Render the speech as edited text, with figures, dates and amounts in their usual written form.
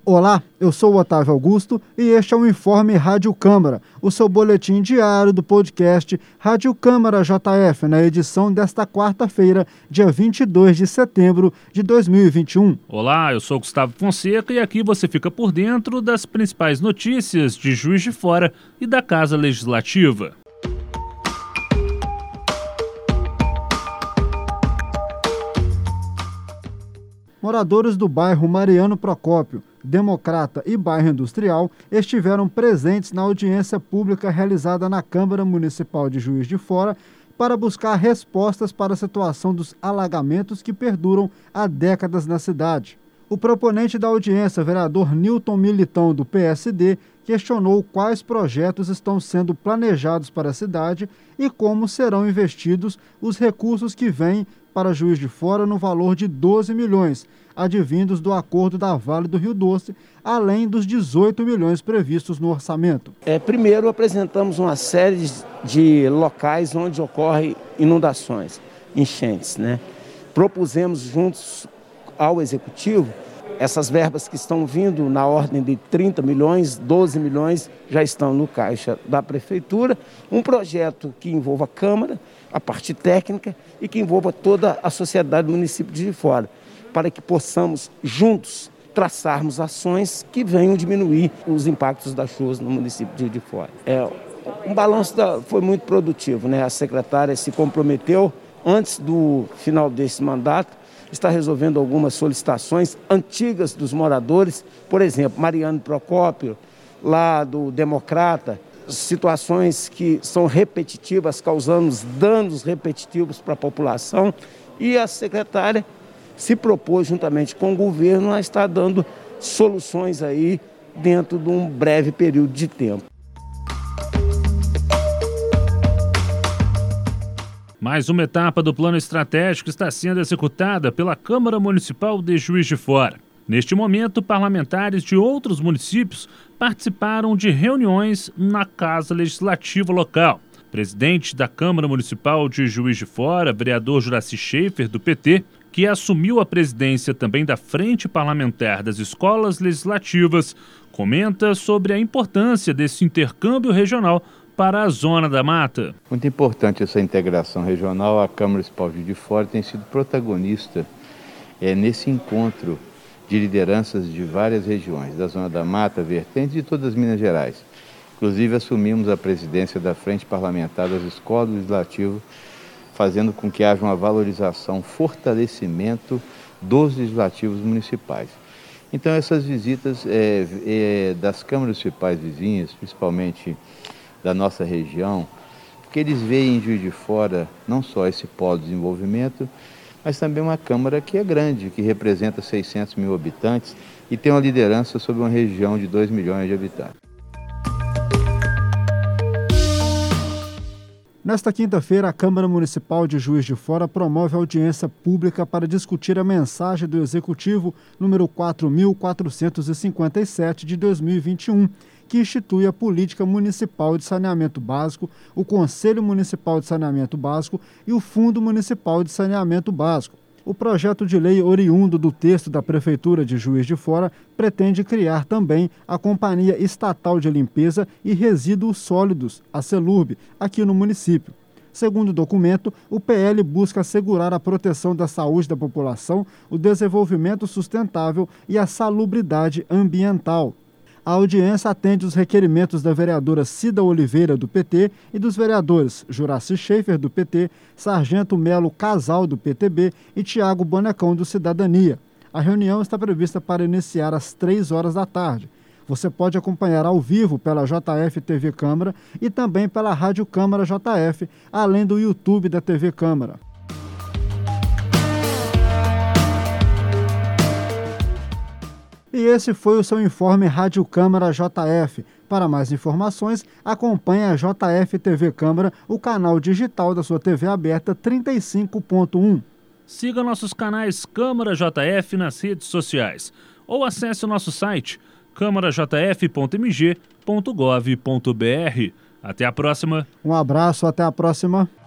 Olá, eu sou o Otávio Augusto e este é o Informe Rádio Câmara, o seu boletim diário do podcast Rádio Câmara JF, na edição desta quarta-feira, dia 22 de setembro de 2021. Olá, eu sou Gustavo Fonseca e aqui você fica por dentro das principais notícias de Juiz de Fora e da Casa Legislativa. Moradores do bairro Mariano Procópio, Democrata e bairro Industrial estiveram presentes na audiência pública realizada na Câmara Municipal de Juiz de Fora para buscar respostas para a situação dos alagamentos que perduram há décadas na cidade. O proponente da audiência, vereador Nilton Militão, do PSD, questionou quais projetos estão sendo planejados para a cidade e como serão investidos os recursos que vêm para Juiz de Fora no valor de 12 milhões, advindos do acordo da Vale do Rio Doce, além dos 18 milhões previstos no orçamento. Primeiro apresentamos uma série de locais onde ocorrem inundações, enchentes, né? Propusemos juntos ao Executivo essas verbas que estão vindo na ordem de 30 milhões, 12 milhões já estão no caixa da Prefeitura, um projeto que envolva a Câmara, a parte técnica e que envolva toda a sociedade do município de Juiz de Fora, para que possamos juntos traçarmos ações que venham diminuir os impactos das chuvas no município de Juiz de Fora. Um balanço foi muito produtivo, né? A secretária se comprometeu antes do final desse mandato, está resolvendo algumas solicitações antigas dos moradores, por exemplo, Mariano Procópio, lá do Democrata, situações que são repetitivas, causando danos repetitivos para a população, e a secretária se propôs, juntamente com o governo, a estar dando soluções aí dentro de um breve período de tempo. Mais uma etapa do plano estratégico está sendo executada pela Câmara Municipal de Juiz de Fora. Neste momento, parlamentares de outros municípios participaram de reuniões na Casa Legislativa local. Presidente da Câmara Municipal de Juiz de Fora, vereador Juraci Schaefer, do PT, que assumiu a presidência também da Frente Parlamentar das Escolas Legislativas, comenta sobre a importância desse intercâmbio regional para a Zona da Mata. Muito importante essa integração regional. A Câmara Municipal de Juiz de Fora tem sido protagonista nesse encontro de lideranças de várias regiões, da Zona da Mata, Vertente e de todas as Minas Gerais. Inclusive assumimos a presidência da Frente Parlamentar das Escolas Legislativas, fazendo com que haja uma valorização, fortalecimento dos legislativos municipais. Então essas visitas das câmaras municipais vizinhas, principalmente da nossa região, porque eles veem em Juiz de Fora não só esse polo de desenvolvimento, mas também uma Câmara que é grande, que representa 600 mil habitantes e tem uma liderança sobre uma região de 2 milhões de habitantes. Nesta quinta-feira, a Câmara Municipal de Juiz de Fora promove audiência pública para discutir a mensagem do Executivo número 4.457 de 2021, que institui a Política Municipal de Saneamento Básico, o Conselho Municipal de Saneamento Básico e o Fundo Municipal de Saneamento Básico. O projeto de lei oriundo do texto da Prefeitura de Juiz de Fora pretende criar também a Companhia Estatal de Limpeza e Resíduos Sólidos, a CELURB, aqui no município. Segundo o documento, o PL busca assegurar a proteção da saúde da população, o desenvolvimento sustentável e a salubridade ambiental. A audiência atende os requerimentos da vereadora Cida Oliveira, do PT, e dos vereadores Juraci Schaefer, do PT, Sargento Melo Casal, do PTB e Tiago Bonecão, do Cidadania. A reunião está prevista para iniciar às 3 horas da tarde. Você pode acompanhar ao vivo pela JF TV Câmara e também pela Rádio Câmara JF, além do YouTube da TV Câmara. E esse foi o seu Informe Rádio Câmara JF. Para mais informações, acompanhe a JF TV Câmara, o canal digital da sua TV aberta 35.1. Siga nossos canais Câmara JF nas redes sociais ou acesse o nosso site câmarajf.mg.gov.br. Até a próxima. Um abraço, até a próxima.